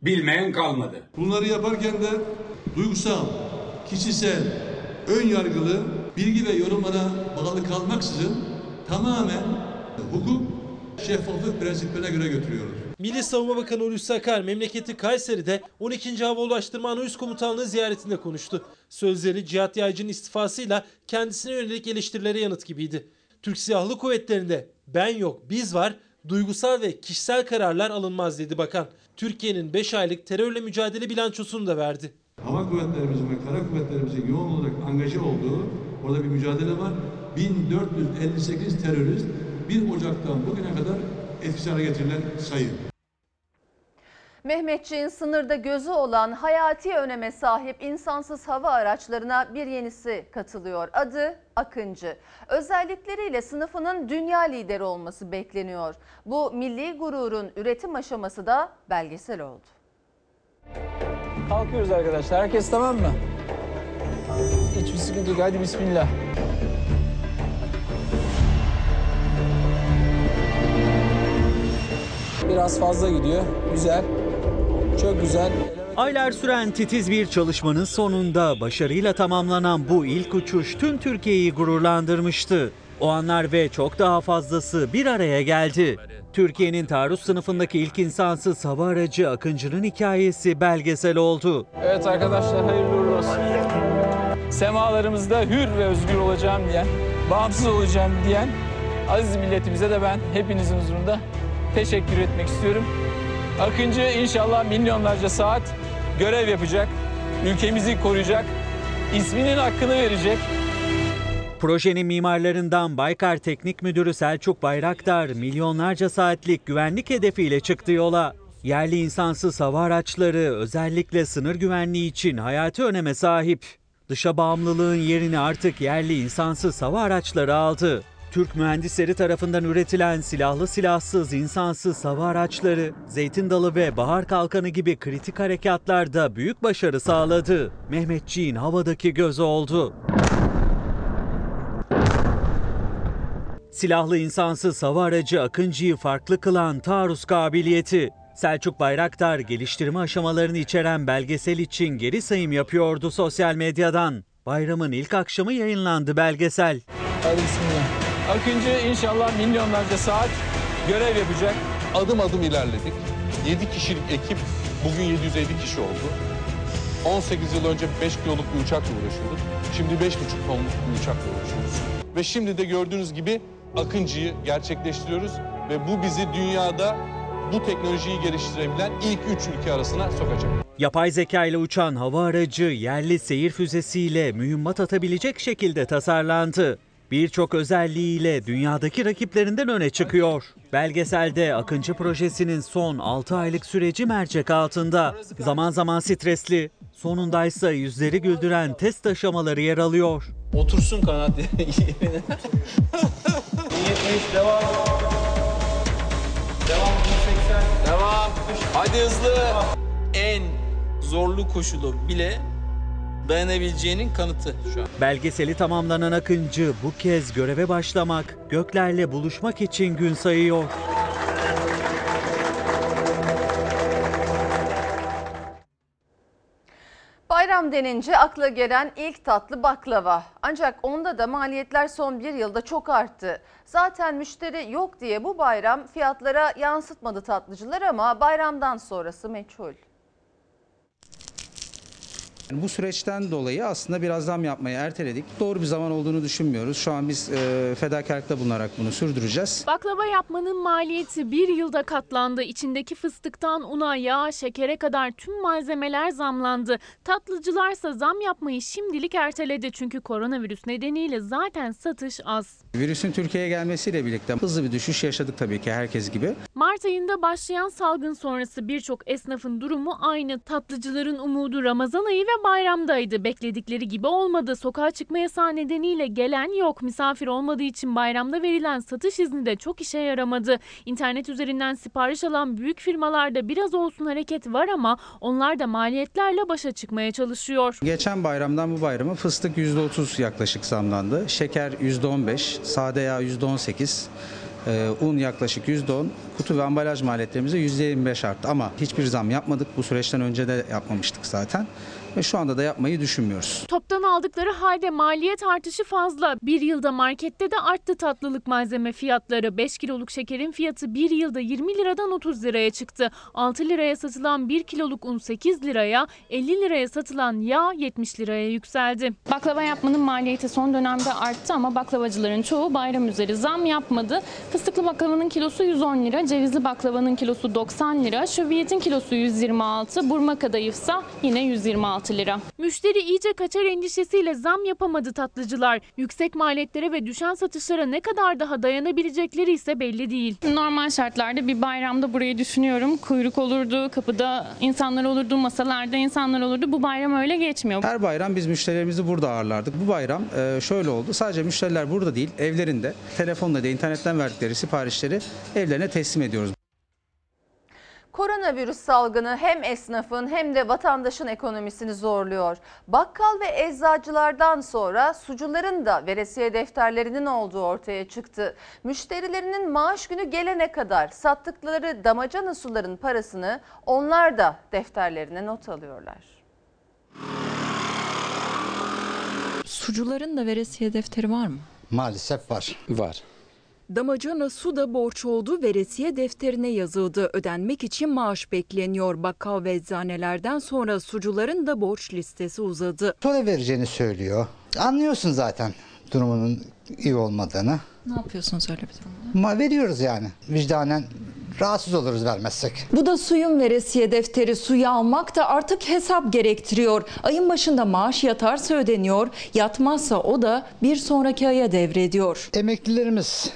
bilmeyen kalmadı. Bunları yaparken de duygusal, kişisel, ön yargılı, bilgi ve yorumlara bağlı kalmaksızın tamamen hukuk, şeffaflık prensiplerine göre götürüyoruz. Milli Savunma Bakanı Hulusi Akar memleketi Kayseri'de on ikinci Hava Ulaştırma Ana Üst Komutanlığı ziyaretinde konuştu. Sözleri Cihat Yaycı'nın istifasıyla kendisine yönelik eleştirilere yanıt gibiydi. Türk Silahlı Kuvvetleri'nde ben yok biz var, duygusal ve kişisel kararlar alınmaz dedi bakan. Türkiye'nin beş aylık terörle mücadele bilançosunu da verdi. Hava kuvvetlerimizin ve kara kuvvetlerimizin yoğun olarak angaje olduğu orada bir mücadele var. bin dört yüz elli sekiz terörist bir Ocak'tan bugüne kadar etkisiz hale getirilen sayı. Mehmetçiğin sınırda gözü olan hayati öneme sahip insansız hava araçlarına bir yenisi katılıyor. Adı Akıncı. Özellikleriyle sınıfının dünya lideri olması bekleniyor. Bu milli gururun üretim aşaması da belgesel oldu. Kalkıyoruz arkadaşlar. Herkes tamam mı? Hiçbir sıkıntı yok. Hadi bismillah. Biraz fazla gidiyor. Güzel. Çok güzel. Aylar süren titiz bir çalışmanın sonunda başarıyla tamamlanan bu ilk uçuş tüm Türkiye'yi gururlandırmıştı. O anlar ve çok daha fazlası bir araya geldi. Türkiye'nin taarruz sınıfındaki ilk insansız hava aracı Akıncı'nın hikayesi belgesel oldu. Evet arkadaşlar, hayırlı uğurlu olsun. Semalarımızda hür ve özgür olacağım diyen, bağımsız olacağım diyen aziz milletimize de ben hepinizin huzurunda teşekkür etmek istiyorum. Akıncı inşallah milyonlarca saat görev yapacak, ülkemizi koruyacak, isminin hakkını verecek. Projenin mimarlarından Baykar Teknik Müdürü Selçuk Bayraktar milyonlarca saatlik güvenlik hedefiyle çıktı yola. Yerli insansız hava araçları özellikle sınır güvenliği için hayati öneme sahip. Dışa bağımlılığın yerini artık yerli insansız hava araçları aldı. Türk mühendisleri tarafından üretilen silahlı silahsız insansız hava araçları Zeytin Dalı ve Bahar Kalkanı gibi kritik harekatlarda büyük başarı sağladı. Mehmetçiğin havadaki gözü oldu. Silahlı insansız hava aracı Akıncı'yı farklı kılan taarruz kabiliyeti. Selçuk Bayraktar geliştirme aşamalarını içeren belgesel için geri sayım yapıyordu sosyal medyadan. Bayramın ilk akşamı yayınlandı belgesel. Hadi bismillah. Akıncı inşallah milyonlarca saat görev yapacak. Adım adım ilerledik. yedi kişilik ekip bugün yedi yüz elli kişi oldu. on sekiz yıl önce beş kiloluk bir uçakla uğraşıyorduk. Şimdi beş buçuk tonluk bir uçakla uğraşıyoruz. Ve şimdi de gördüğünüz gibi Akıncı'yı gerçekleştiriyoruz ve bu bizi dünyada bu teknolojiyi geliştirebilen ilk üç ülke arasına sokacak. Yapay zeka ile uçan hava aracı yerli seyir füzesiyle mühimmat atabilecek şekilde tasarlandı. Birçok özelliğiyle dünyadaki rakiplerinden öne çıkıyor. Belgeselde Akıncı projesinin son altı aylık süreci mercek altında. Zaman zaman stresli, sonundaysa yüzleri güldüren test aşamaları yer alıyor. Otursun kanat. Devam. Devam. Devam. Hadi hızlı. En zorlu koşulu bile dayanabileceğinin kanıtı şu an. Belgeseli tamamlanan Akıncı bu kez göreve başlamak, göklerle buluşmak için gün sayıyor. Bayram denince akla gelen ilk tatlı baklava. Ancak onda da maliyetler son bir yılda çok arttı. Zaten müşteri yok diye bu bayram fiyatlara yansıtmadı tatlıcılar ama bayramdan sonrası meçhul. Bu süreçten dolayı aslında biraz zam yapmayı erteledik. Doğru bir zaman olduğunu düşünmüyoruz. Şu an biz e, fedakarlıkta bulunarak bunu sürdüreceğiz. Baklava yapmanın maliyeti bir yılda katlandı. İçindeki fıstıktan una, yağa, şekere kadar tüm malzemeler zamlandı. Tatlıcılarsa zam yapmayı şimdilik erteledi. Çünkü koronavirüs nedeniyle zaten satış az. Virüsün Türkiye'ye gelmesiyle birlikte hızlı bir düşüş yaşadık tabii ki herkes gibi. Mart ayında başlayan salgın sonrası birçok esnafın durumu aynı. Tatlıcıların umudu Ramazan ayı ve bayramdaydı. Bekledikleri gibi olmadı. Sokağa çıkma yasağı nedeniyle gelen yok. Misafir olmadığı için bayramda verilen satış izni de çok işe yaramadı. İnternet üzerinden sipariş alan büyük firmalarda biraz olsun hareket var ama onlar da maliyetlerle başa çıkmaya çalışıyor. Geçen bayramdan bu bayrama fıstık yüzde otuz yaklaşık zamlandı. Şeker yüzde on beş, sade yağ yüzde on sekiz. Ee, un yaklaşık yüzde on, kutu ve ambalaj maliyetlerimize yüzde yirmi beş arttı. Ama hiçbir zam yapmadık. Bu süreçten önce de yapmamıştık zaten. Ve şu anda da yapmayı düşünmüyoruz. Toptan aldıkları halde maliyet artışı fazla. Bir yılda markette de arttı tatlılık malzeme fiyatları. beş kiloluk şekerin fiyatı bir yılda yirmi liradan otuz liraya çıktı. altı liraya satılan bir kiloluk un sekiz liraya, elli liraya satılan yağ yetmiş liraya yükseldi. Baklava yapmanın maliyeti son dönemde arttı ama baklavacıların çoğu bayram üzeri zam yapmadı. Fıstıklı baklavanın kilosu yüz on lira, cevizli baklavanın kilosu doksan lira, şöbiyetin kilosu yüz yirmi altı, burma kadayıfsa yine yüz yirmi altı lira. Müşteri iyice kaçar endişesiyle zam yapamadı tatlıcılar. Yüksek maliyetlere ve düşen satışlara ne kadar daha dayanabilecekleri ise belli değil. Normal şartlarda bir bayramda burayı düşünüyorum. Kuyruk olurdu, kapıda insanlar olurdu, masalarda insanlar olurdu. Bu bayram öyle geçmiyor. Her bayram biz müşterilerimizi burada ağırlardık. Bu bayram şöyle oldu. Sadece müşteriler burada değil, evlerinde, telefonla da internetten verdikleri siparişleri evlerine teslim ediyoruz. Koronavirüs salgını hem esnafın hem de vatandaşın ekonomisini zorluyor. Bakkal ve eczacılardan sonra sucuların da veresiye defterlerinin olduğu ortaya çıktı. Müşterilerinin maaş günü gelene kadar sattıkları damacana suların parasını onlar da defterlerine not alıyorlar. Sucuların da veresiye defteri var mı? Maalesef var. Var. Damacana su da borç oldu, veresiye defterine yazıldı. Ödenmek için maaş bekleniyor. Bakkal ve eczanelerden sonra sucuların da borç listesi uzadı. Sonra vereceğini söylüyor. Anlıyorsun zaten durumunun iyi olmadığını. Ne yapıyorsunuz öyle bir durumda? Ama veriyoruz yani. Vicdanen rahatsız oluruz vermezsek. Bu da suyun veresiye defteri. Suyu almak da artık hesap gerektiriyor. Ayın başında maaş yatarsa ödeniyor, yatmazsa o da bir sonraki aya devrediyor. Emeklilerimiz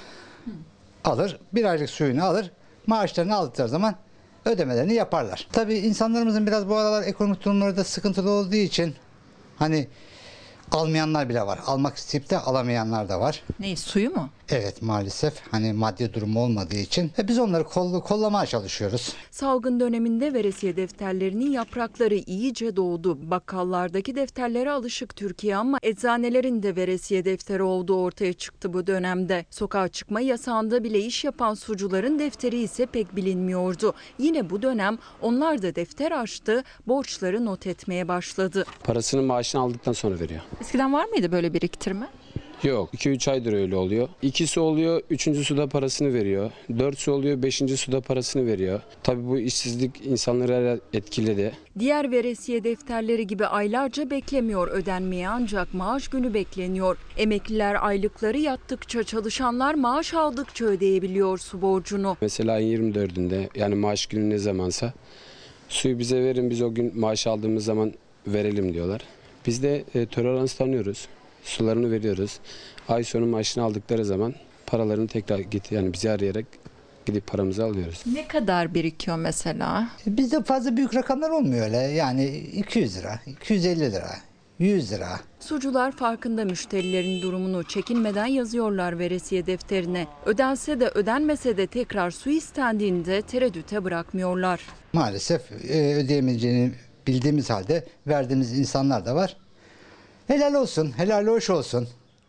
alır, bir aylık suyunu alır, maaşlarını aldıkları zaman ödemelerini yaparlar. Tabii insanlarımızın biraz bu aralar ekonomik durumları da sıkıntılı olduğu için hani almayanlar bile var. Almak isteyip de alamayanlar da var. Ne, suyu mu? Evet, maalesef hani maddi durumu olmadığı için e biz onları koll kollamaya çalışıyoruz. Salgın döneminde veresiye defterlerinin yaprakları iyice doğdu. Bakkallardaki defterlere alışık Türkiye ama eczanelerin de veresiye defteri olduğu ortaya çıktı bu dönemde. Sokağa çıkma yasağında bile iş yapan sucuların defteri ise pek bilinmiyordu. Yine bu dönem onlar da defter açtı, borçları not etmeye başladı. Parasını maaşını aldıktan sonra veriyor. Eskiden var mıydı böyle biriktirme? Yok. iki üç aydır öyle oluyor. İkisi oluyor, üçüncü suda parasını veriyor. Dörtüsü oluyor, beşinci suda parasını veriyor. Tabii bu işsizlik insanları etkiledi. Diğer veresiye defterleri gibi aylarca beklemiyor ödenmeye ancak maaş günü bekleniyor. Emekliler aylıkları yattıkça, çalışanlar maaş aldıkça ödeyebiliyor su borcunu. Mesela ayın yirmi dördünde yani maaş günü ne zamansa suyu bize verin, biz o gün maaş aldığımız zaman verelim diyorlar. Biz de e, tolerans tanıyoruz. Sularını veriyoruz. Ay sonu maaşını aldıkları zaman paralarını tekrar git yani bizi arayarak gidip paramızı alıyoruz. Ne kadar birikiyor mesela? Bizde fazla büyük rakamlar olmuyor öyle. Yani iki yüz lira, iki yüz elli lira, yüz lira. Sucular farkında müşterilerin durumunu, çekinmeden yazıyorlar veresiye defterine. Ödense de ödenmese de tekrar su istendiğinde tereddüte bırakmıyorlar. Maalesef e, ödeyemeyeceğini bildiğimiz halde verdiğimiz insanlar da var. Helal olsun, helal hoş olsun.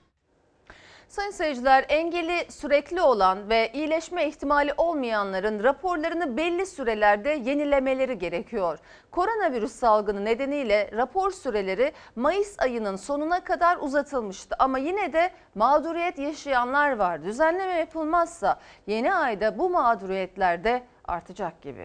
Sayın seyirciler, engeli sürekli olan ve iyileşme ihtimali olmayanların raporlarını belli sürelerde yenilemeleri gerekiyor. Koronavirüs salgını nedeniyle rapor süreleri Mayıs ayının sonuna kadar uzatılmıştı. Ama yine de mağduriyet yaşayanlar var. Düzenleme yapılmazsa yeni ayda bu mağduriyetler de artacak gibi.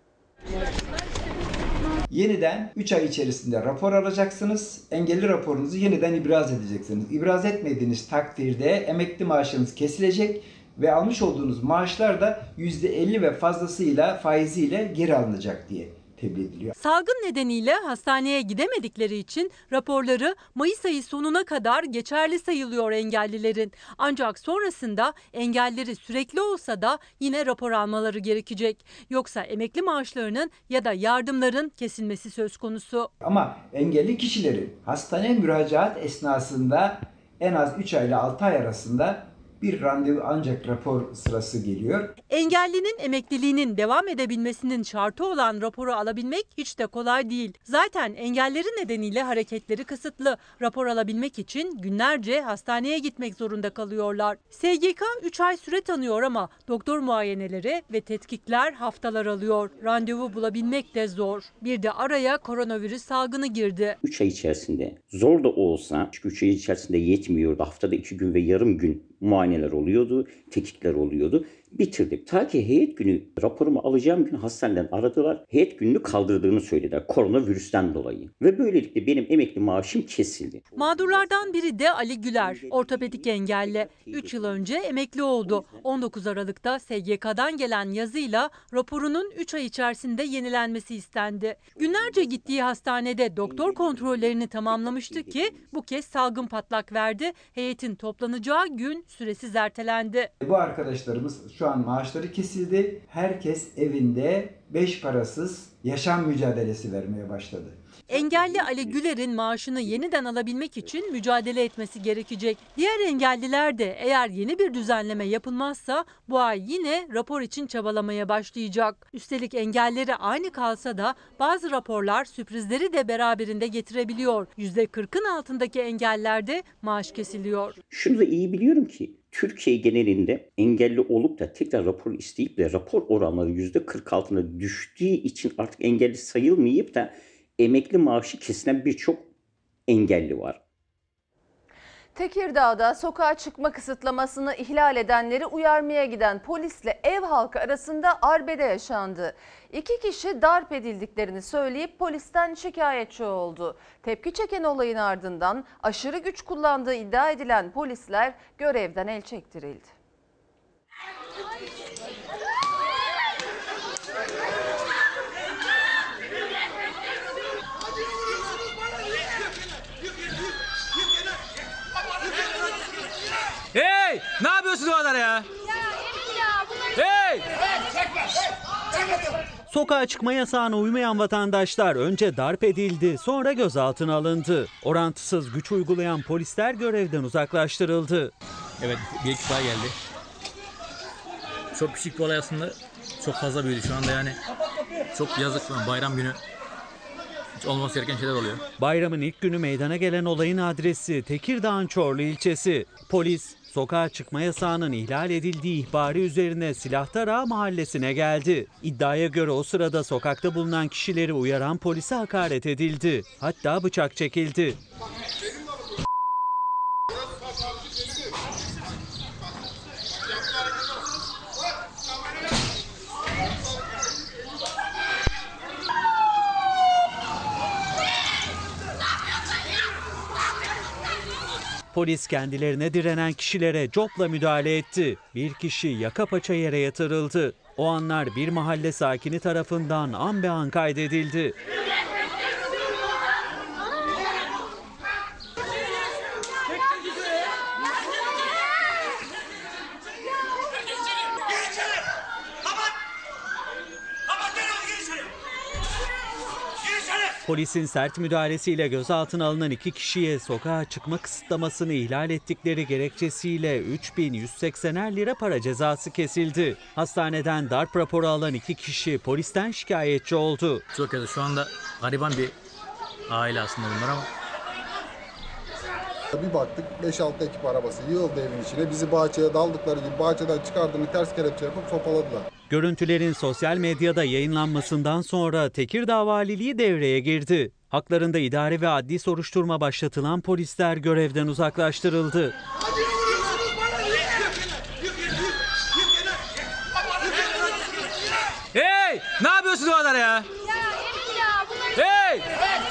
Yeniden üç ay içerisinde rapor alacaksınız. Engelli raporunuzu yeniden ibraz edeceksiniz. İbraz etmediğiniz takdirde emekli maaşınız kesilecek ve almış olduğunuz maaşlar da yüzde elli ve fazlasıyla faiziyle geri alınacak diye tebliğ ediliyor. Salgın nedeniyle hastaneye gidemedikleri için raporları Mayıs ayı sonuna kadar geçerli sayılıyor engellilerin. Ancak sonrasında engelleri sürekli olsa da yine rapor almaları gerekecek. Yoksa emekli maaşlarının ya da yardımların kesilmesi söz konusu. Ama engelli kişilerin hastaneye müracaat esnasında en az üç ay ile altı ay arasında Bir randevu ancak rapor sırası geliyor. Engellinin emekliliğinin devam edebilmesinin şartı olan raporu alabilmek hiç de kolay değil. Zaten engelleri nedeniyle hareketleri kısıtlı. Rapor alabilmek için günlerce hastaneye gitmek zorunda kalıyorlar. S G K üç ay süre tanıyor ama doktor muayeneleri ve tetkikler haftalar alıyor. Randevu bulabilmek de zor. Bir de araya koronavirüs salgını girdi. üç ay içerisinde zor da olsa, çünkü üç ay içerisinde yetmiyordu. Haftada iki gün ve yarım gün muayeneler oluyordu, tetkikler oluyordu. Bitirdik. Ta ki heyet günü raporumu alacağım gün hastaneden aradılar. Heyet gününü kaldırdığını söylediler koronavirüsten dolayı. Ve böylelikle benim emekli maaşım kesildi. Mağdurlardan biri de Ali Güler. Ortopedik engelli. üç yıl önce emekli oldu. on dokuz Aralık'ta S G K'dan gelen yazıyla raporunun üç ay içerisinde yenilenmesi istendi. Günlerce gittiği hastanede doktor kontrollerini tamamlamıştı ki bu kez salgın patlak verdi. Heyetin toplanacağı gün süresiz ertelendi. Bu arkadaşlarımız şu an maaşları kesildi. Herkes evinde beş parasız yaşam mücadelesi vermeye başladı. Engelli Ali Güler'in maaşını yeniden alabilmek için mücadele etmesi gerekecek. Diğer engelliler de eğer yeni bir düzenleme yapılmazsa bu ay yine rapor için çabalamaya başlayacak. Üstelik engelleri aynı kalsa da bazı raporlar sürprizleri de beraberinde getirebiliyor. yüzde kırkın altındaki engellerde maaş kesiliyor. Şunu da iyi biliyorum ki Türkiye genelinde engelli olup da tekrar rapor isteyip de rapor oranları yüzde kırk altına düştüğü için artık engelli sayılmayıp da emekli maaşı kesilen birçok engelli var. Tekirdağ'da sokağa çıkma kısıtlamasını ihlal edenleri uyarmaya giden polisle ev halkı arasında arbede yaşandı. İki kişi darp edildiklerini söyleyip polisten şikayetçi oldu. Tepki çeken olayın ardından aşırı güç kullandığı iddia edilen polisler görevden el çektirildi. Hey! Ne yapıyorsun o kadar ya? Hey! Sokağa çıkma yasağına uymayan vatandaşlar önce darp edildi, sonra gözaltına alındı. Orantısız güç uygulayan polisler görevden uzaklaştırıldı. Evet, bir ekip daha geldi. Çok küçük bir olay aslında çok fazla büyüdü şu anda yani. Çok yazık şu an bayram günü. Hiç olması gereken şeyler oluyor. Bayramın ilk günü meydana gelen olayın adresi Tekirdağ'ın Çorlu ilçesi. Polis, sokağa çıkma yasağının ihlal edildiği ihbarı üzerine Silahtara mahallesine geldi. İddiaya göre o sırada sokakta bulunan kişileri uyaran polise hakaret edildi. Hatta bıçak çekildi. Polis kendilerine direnen kişilere copla müdahale etti. Bir kişi yaka paça yere yatırıldı. O anlar bir mahalle sakini tarafından an be an kaydedildi. Polisin sert müdahalesiyle gözaltına alınan iki kişiye sokağa çıkma kısıtlamasını ihlal ettikleri gerekçesiyle üç bin yüz seksener lira para cezası kesildi. Hastaneden darp raporu alan iki kişi polisten şikayetçi oldu. Çok kötü. Şu anda gariban bir aile aslında bunlar ama. Bir baktık beş altı ekip arabası yığıldı evin içine. Bizi bahçeye daldıkları gibi bahçeden çıkardığını ters kelepçe yapıp sopaladılar. Görüntülerin sosyal medyada yayınlanmasından sonra Tekirdağ Valiliği devreye girdi. Haklarında idari ve adli soruşturma başlatılan polisler görevden uzaklaştırıldı. Hey! Ne yapıyorsun o kadar ya? Hey!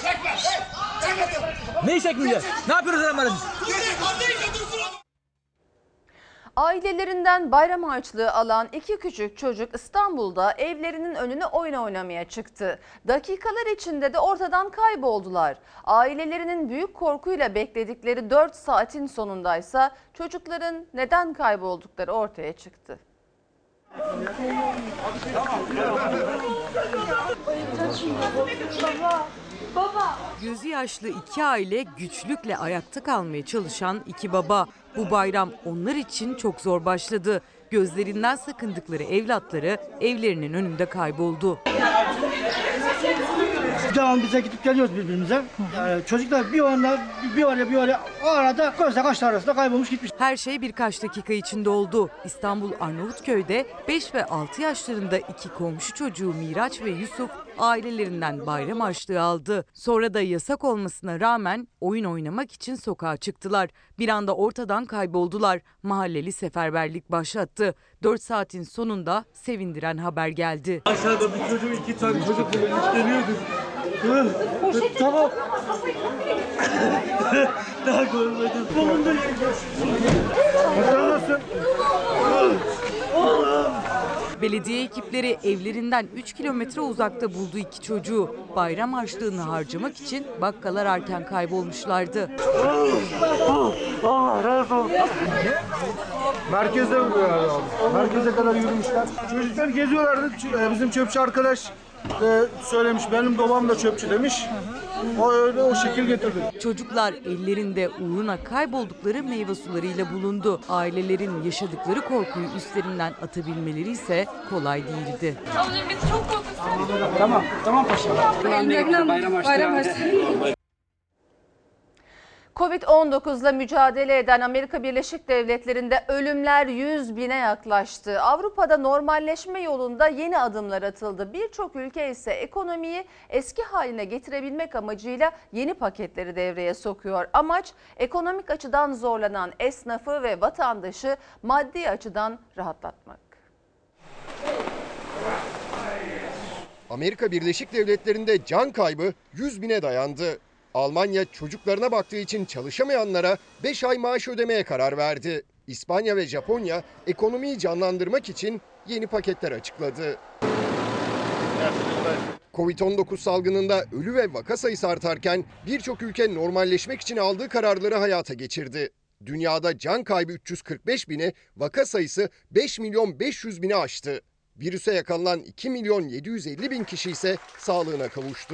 Ne çekmeyeceğiz? Ne yapıyoruz adamlar siz? Ailelerinden bayram harçlığı alan iki küçük çocuk İstanbul'da evlerinin önüne oyun oynamaya çıktı. Dakikalar içinde de ortadan kayboldular. Ailelerinin büyük korkuyla bekledikleri dört saatin sonundaysa çocukların neden kayboldukları ortaya çıktı. Gözü yaşlı iki aile güçlükle ayakta kalmaya çalışan iki baba. Bu bayram onlar için çok zor başladı. Gözlerinden sakındıkları evlatları evlerinin önünde kayboldu. Devamlı bize gidip geliyoruz birbirimize. Yani çocuklar bir oraya bir oraya bir oraya o arada gözle kaşlar arasında kaybolmuş gitmiş. Her şey birkaç dakika içinde oldu. İstanbul Arnavutköy'de beş ve altı yaşlarında iki komşu çocuğu Miraç ve Yusuf ailelerinden bayram harçlığı aldı. Sonra da yasak olmasına rağmen oyun oynamak için sokağa çıktılar. Bir anda ortadan kayboldular. Mahalleli seferberlik başlattı. dört saatin sonunda sevindiren haber geldi. Aşağıda bir çocuğu iki tane çocuk geliyordu. Tamam. Daha görmedim. Bulundu. Nasılsın? Belediye ekipleri evlerinden üç kilometre uzakta buldu iki çocuğu. Bayram harçlığını harcamak için bakkal ararken kaybolmuşlardı. Allah razı olsun. Merkezde oluyor abi. Merkeze kadar yürümüşler. Çocuklar geziyorlardı. Bizim çöpçü arkadaş söylemiş. Benim babam da çöpçü demiş. O öyle o şekil getirdi. Çocuklar ellerinde uğruna kayboldukları meyve sularıyla bulundu. Ailelerin yaşadıkları korkuyu üstlerinden atabilmeleri ise kolay değildi. Biz çok korkuyoruz. Tamam, tamam paşam. Bayram harçlığı. Covid on dokuzla mücadele eden Amerika Birleşik Devletleri'nde ölümler yüz bine yaklaştı. Avrupa'da normalleşme yolunda yeni adımlar atıldı. Birçok ülke ise ekonomiyi eski haline getirebilmek amacıyla yeni paketleri devreye sokuyor. Amaç ekonomik açıdan zorlanan esnafı ve vatandaşı maddi açıdan rahatlatmak. Amerika Birleşik Devletleri'nde can kaybı yüz bine dayandı. Almanya çocuklarına baktığı için çalışamayanlara beş ay maaş ödemeye karar verdi. İspanya ve Japonya ekonomiyi canlandırmak için yeni paketler açıkladı. Covid on dokuz salgınında ölü ve vaka sayısı artarken birçok ülke normalleşmek için aldığı kararları hayata geçirdi. Dünyada can kaybı üç yüz kırk beş bini, vaka sayısı beş milyon beş yüz bini aştı. Virüse yakalanan iki milyon yedi yüz elli bin kişi ise sağlığına kavuştu.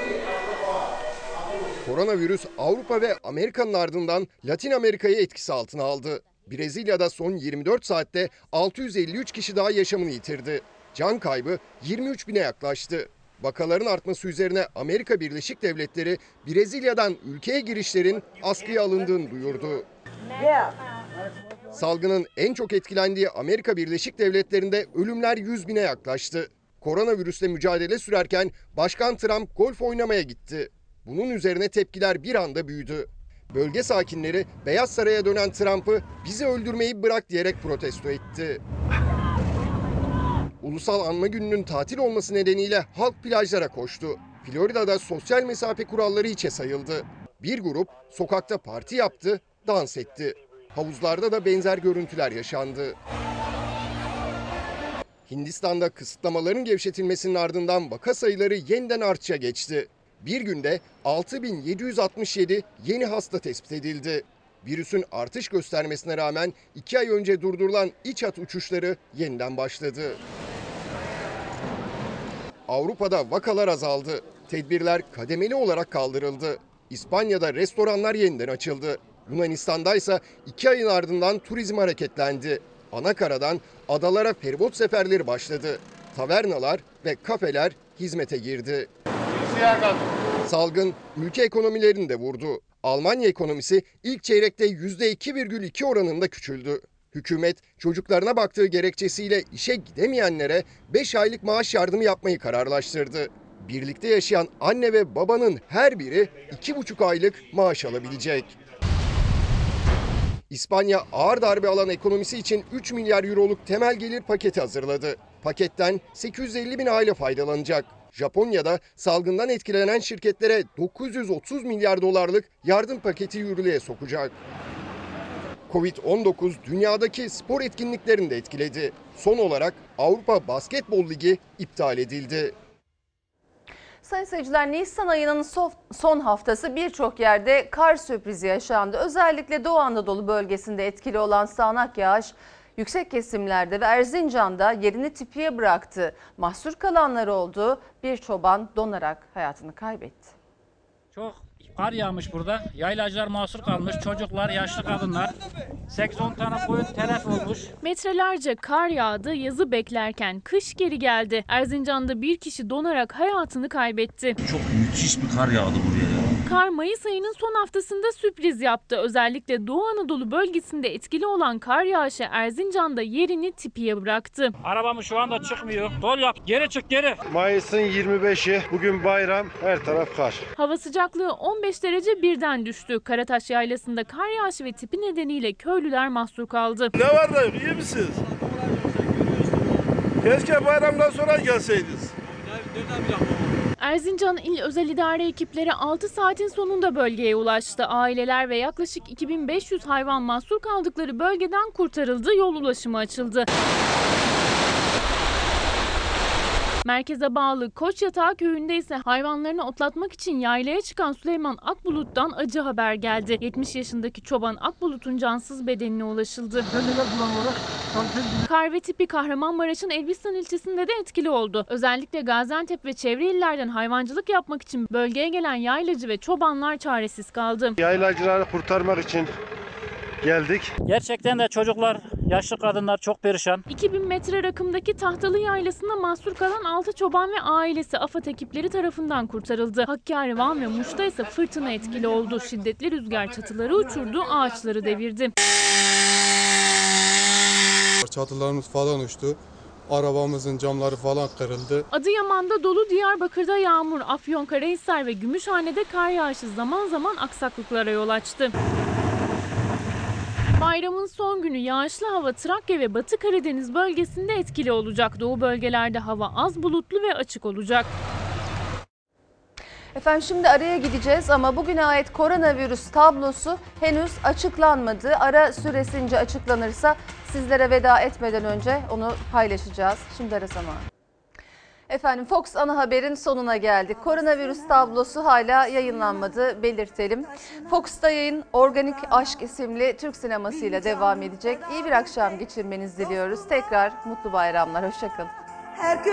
Koronavirüs Avrupa ve Amerika'nın ardından Latin Amerika'yı etkisi altına aldı. Brezilya'da son yirmi dört saatte altı yüz elli üç kişi daha yaşamını yitirdi. Can kaybı yirmi üç bine yaklaştı. Vakaların artması üzerine Amerika Birleşik Devletleri Brezilya'dan ülkeye girişlerin askıya alındığını duyurdu. Salgının en çok etkilendiği Amerika Birleşik Devletleri'nde ölümler yüz bine yaklaştı. Koronavirüsle mücadele sürerken Başkan Trump golf oynamaya gitti. Bunun üzerine tepkiler bir anda büyüdü. Bölge sakinleri Beyaz Saray'a dönen Trump'ı bizi öldürmeyi bırak diyerek protesto etti. Ulusal Anma Günü'nün tatil olması nedeniyle halk plajlara koştu. Florida'da sosyal mesafe kuralları hiçe sayıldı. Bir grup sokakta parti yaptı, dans etti. Havuzlarda da benzer görüntüler yaşandı. Hindistan'da kısıtlamaların gevşetilmesinin ardından vaka sayıları yeniden artışa geçti. Bir günde altı bin yedi yüz altmış yedi yeni hasta tespit edildi. Virüsün artış göstermesine rağmen iki ay önce durdurulan iç hat uçuşları yeniden başladı. Avrupa'da vakalar azaldı. Tedbirler kademeli olarak kaldırıldı. İspanya'da restoranlar yeniden açıldı. Yunanistan'da ise iki ayın ardından turizm hareketlendi. Anakaradan adalara feribot seferleri başladı. Tavernalar ve kafeler hizmete girdi. Salgın ülke ekonomilerini de vurdu. Almanya ekonomisi ilk çeyrekte yüzde iki virgül iki oranında küçüldü. Hükümet çocuklarına baktığı gerekçesiyle işe gidemeyenlere beş aylık maaş yardımı yapmayı kararlaştırdı. Birlikte yaşayan anne ve babanın her biri iki buçuk aylık maaş alabilecek. İspanya ağır darbe alan ekonomisi için üç milyar euroluk temel gelir paketi hazırladı. Paketten sekiz yüz elli bin aile faydalanacak. Japonya'da salgından etkilenen şirketlere dokuz yüz otuz milyar dolarlık yardım paketi yürürlüğe sokacak. Covid on dokuz dünyadaki spor etkinliklerini de etkiledi. Son olarak Avrupa Basketbol Ligi iptal edildi. Sayın seyirciler, Nisan ayının son haftası birçok yerde kar sürprizi yaşandı. Özellikle Doğu Anadolu bölgesinde etkili olan sağanak yağış yüksek kesimlerde ve Erzincan'da yerini tipiye bıraktı. Mahsur kalanlar oldu. Bir çoban donarak hayatını kaybetti. Çok kar yağmış burada. Yaylacılar mahsur kalmış. Çocuklar, yaşlı kadınlar. sekiz on tane koyun telef olmuş. Metrelerce kar yağdı, yazı beklerken kış geri geldi. Erzincan'da bir kişi donarak hayatını kaybetti. Çok müthiş bir kar yağdı buraya ya. Kar Mayıs ayının son haftasında sürpriz yaptı. Özellikle Doğu Anadolu bölgesinde etkili olan kar yağışı Erzincan'da yerini tipiye bıraktı. Arabamız şu anda çıkmıyor. Dol yap. Geri çık geri. Mayıs'ın yirmi beşi bugün bayram, her taraf kar. Hava sıcaklığı on beş derece birden düştü. Karataş Yaylası'nda kar yağışı ve tipi nedeniyle köylüler mahsur kaldı. Ne var da yok, iyi misiniz? Keşke bayramdan sonra gelseydiniz. Erzincan İl Özel İdare ekipleri altı saatin sonunda bölgeye ulaştı. Aileler ve yaklaşık iki bin beş yüz hayvan mahsur kaldıkları bölgeden kurtarıldı, yol ulaşımı açıldı. Merkeze bağlı Koçyatağı köyünde ise hayvanlarını otlatmak için yaylaya çıkan Süleyman Akbulut'tan acı haber geldi. yetmiş yaşındaki çoban Akbulut'un cansız bedenine ulaşıldı. Kar ve tipi Kahramanmaraş'ın Elbistan ilçesinde de etkili oldu. Özellikle Gaziantep ve çevre illerden hayvancılık yapmak için bölgeye gelen yaylacı ve çobanlar çaresiz kaldı. Yaylacıları kurtarmak için geldik. Gerçekten de çocuklar, yaşlı kadınlar çok perişan. iki bin metre rakımdaki Tahtalı Yaylası'nda mahsur kalan altı çoban ve ailesi AFAD ekipleri tarafından kurtarıldı. Hakkari, Van ve Muş'ta ise fırtına etkili oldu. Şiddetli rüzgar çatıları uçurdu, ağaçları devirdi. Çatılarımız falan uçtu. Arabamızın camları falan kırıldı. Adıyaman'da dolu, Diyarbakır'da yağmur, Afyonkarahisar ve Gümüşhane'de kar yağışı zaman zaman aksaklıklara yol açtı. Bayramın son günü yağışlı hava Trakya ve Batı Karadeniz bölgesinde etkili olacak. Doğu bölgelerde hava az bulutlu ve açık olacak. Efendim şimdi araya gideceğiz ama bugüne ait koronavirüs tablosu henüz açıklanmadı. Ara süresince açıklanırsa sizlere veda etmeden önce onu paylaşacağız. Şimdi ara zamanı. Efendim Fox Ana Haber'in sonuna geldik. Koronavirüs tablosu hala yayınlanmadı, belirtelim. Fox'ta yayın Organik Aşk isimli Türk sinemasıyla devam edecek. İyi bir akşam geçirmenizi diliyoruz. Tekrar mutlu bayramlar, hoşça kalın.